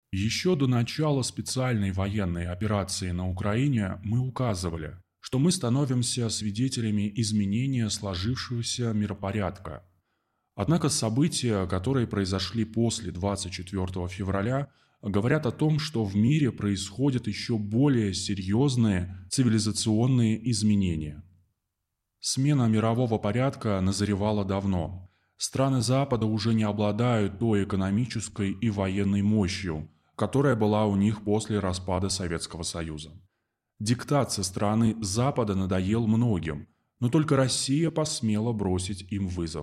Еще до начала специальной военной операции на Украине мы указывали, что мы становимся свидетелями изменения сложившегося миропорядка. Однако события, которые произошли после 24 февраля, говорят о том, что в мире происходят еще более серьезные цивилизационные изменения. Смена мирового порядка назревала давно. Страны Запада уже не обладают той экономической и военной мощью, которая была у них после распада Советского Союза. Диктат со стороны Запада надоел многим, но только Россия посмела бросить им вызов.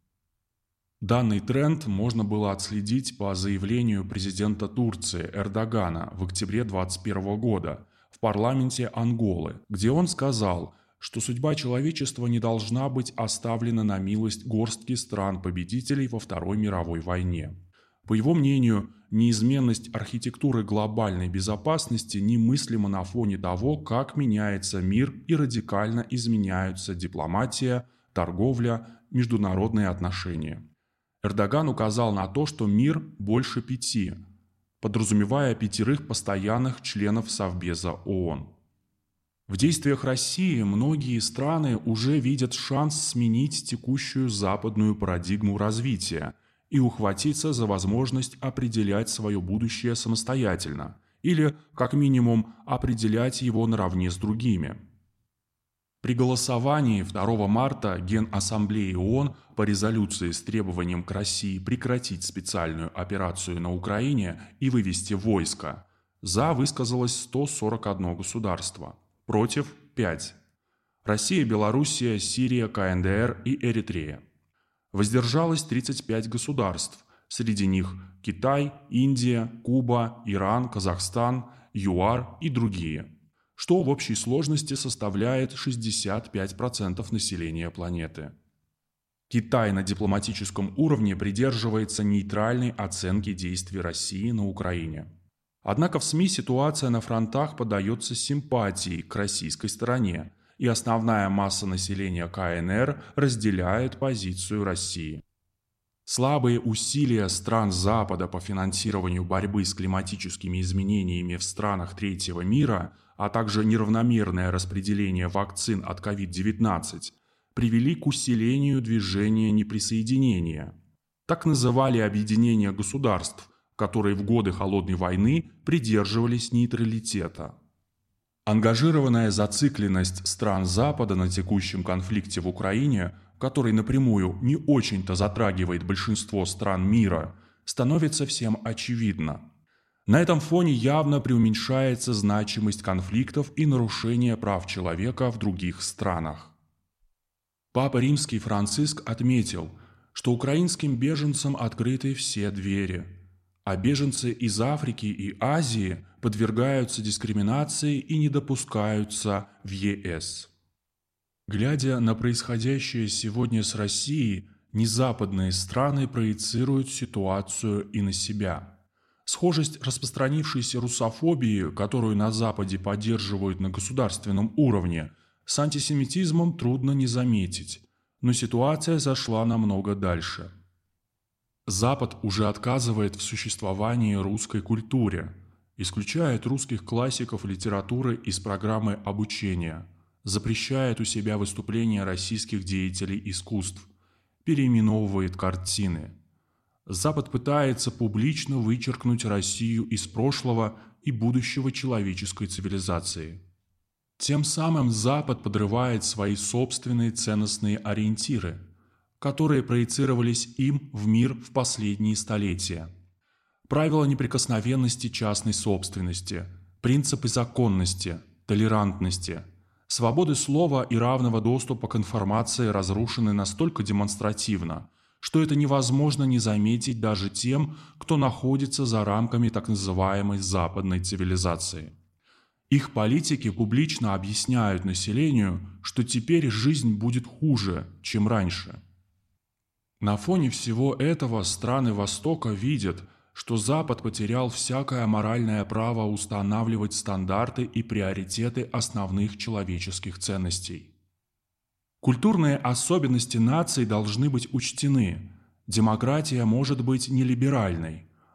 Данный тренд можно было отследить по заявлению президента Турции Эрдогана в октябре 2021 года в парламенте Анголы, где он сказал, что судьба человечества не должна быть оставлена на милость горстки стран-победителей во Второй мировой войне. По его мнению, неизменность архитектуры глобальной безопасности немыслима на фоне того, как меняется мир и радикально изменяются дипломатия, торговля, международные отношения. Эрдоган указал на то, что мир больше 5, подразумевая 5 постоянных членов Совбеза ООН. В действиях России многие страны уже видят шанс сменить текущую западную парадигму развития и ухватиться за возможность определять свое будущее самостоятельно или, как минимум, определять его наравне с другими. При голосовании 2 марта Генассамблеи ООН по резолюции с требованием к России прекратить специальную операцию на Украине и вывести войска, за высказалось 141 государство, против – 5. Россия, Белоруссия, Сирия, КНДР и Эритрея. Воздержалось 35 государств, среди них Китай, Индия, Куба, Иран, Казахстан, ЮАР и другие, что в общей сложности составляет 65% населения планеты. Китай на дипломатическом уровне придерживается нейтральной оценки действий России на Украине. Однако в СМИ ситуация на фронтах подается с симпатией к российской стороне, и основная масса населения КНР разделяет позицию России. Слабые усилия стран Запада по финансированию борьбы с климатическими изменениями в странах третьего мира, а также неравномерное распределение вакцин от COVID-19 привели к усилению движения неприсоединения. Так называли объединение государств, которые в годы Холодной войны придерживались нейтралитета. Ангажированная зацикленность стран Запада на текущем конфликте в Украине, который напрямую не очень-то затрагивает большинство стран мира, становится всем очевидна. На этом фоне явно преуменьшается значимость конфликтов и нарушения прав человека в других странах. Папа Римский Франциск отметил, что украинским беженцам открыты все двери, а беженцы из Африки и Азии подвергаются дискриминации и не допускаются в ЕС. Глядя на происходящее сегодня с Россией, незападные страны проецируют ситуацию и на себя. Схожесть распространившейся русофобии, которую на Западе поддерживают на государственном уровне, с антисемитизмом трудно не заметить, но ситуация зашла намного дальше. Запад уже отказывает в существовании русской культуре, исключает русских классиков литературы из программы обучения, запрещает у себя выступления российских деятелей искусств, переименовывает картины. Запад пытается публично вычеркнуть Россию из прошлого и будущего человеческой цивилизации. Тем самым Запад подрывает свои собственные ценностные ориентиры, которые проецировались им в мир в последние столетия. Правила неприкосновенности частной собственности, принципы законности, толерантности, свободы слова и равного доступа к информации разрушены настолько демонстративно, что это невозможно не заметить даже тем, кто находится за рамками так называемой западной цивилизации. Их политики публично объясняют населению, что теперь жизнь будет хуже, чем раньше. На фоне всего этого страны Востока видят, что Запад потерял всякое моральное право устанавливать стандарты и приоритеты основных человеческих ценностей. Культурные особенности наций должны быть учтены. Демократия может быть нелиберальной,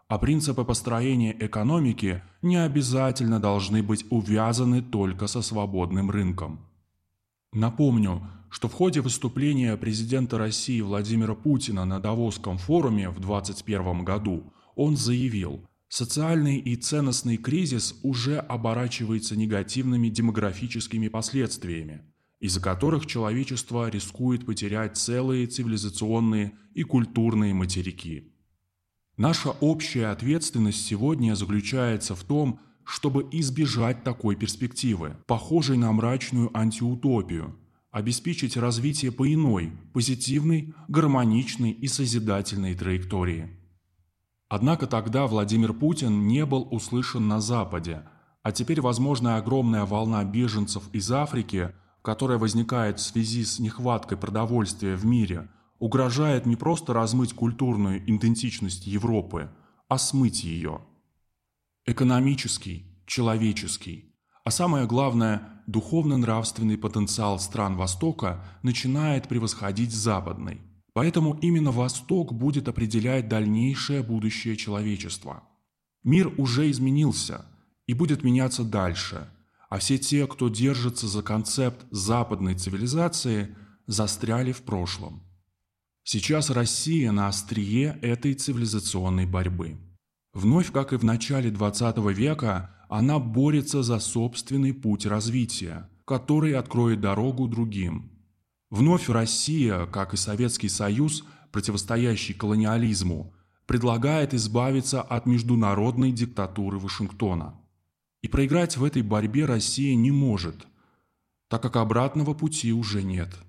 а принципы построения экономики не обязательно должны быть увязаны только со свободным рынком. Напомню, что в ходе выступления президента России Владимира Путина на Давосском форуме в 2021 году он заявил: социальный и ценностный кризис уже оборачивается негативными демографическими последствиями, из-за которых человечество рискует потерять целые цивилизационные и культурные материки. Наша общая ответственность сегодня заключается в том, чтобы избежать такой перспективы, похожей на мрачную антиутопию, обеспечить развитие по иной, позитивной, гармоничной и созидательной траектории. Однако тогда Владимир Путин не был услышан на Западе, а теперь возможна огромная волна беженцев из Африки, которая возникает в связи с нехваткой продовольствия в мире, угрожает не просто размыть культурную идентичность Европы, а смыть ее. Экономический, человеческий, а самое главное, духовно-нравственный потенциал стран Востока начинает превосходить западный. Поэтому именно Восток будет определять дальнейшее будущее человечества. Мир уже изменился и будет меняться дальше, а все те, кто держится за концепт западной цивилизации, застряли в прошлом. Сейчас Россия на острие этой цивилизационной борьбы. Вновь, как и в начале XX века, она борется за собственный путь развития, который откроет дорогу другим. Вновь Россия, как и Советский Союз, противостоящий колониализму, предлагает избавиться от международной диктатуры Вашингтона. И проиграть в этой борьбе Россия не может, так как обратного пути уже нет.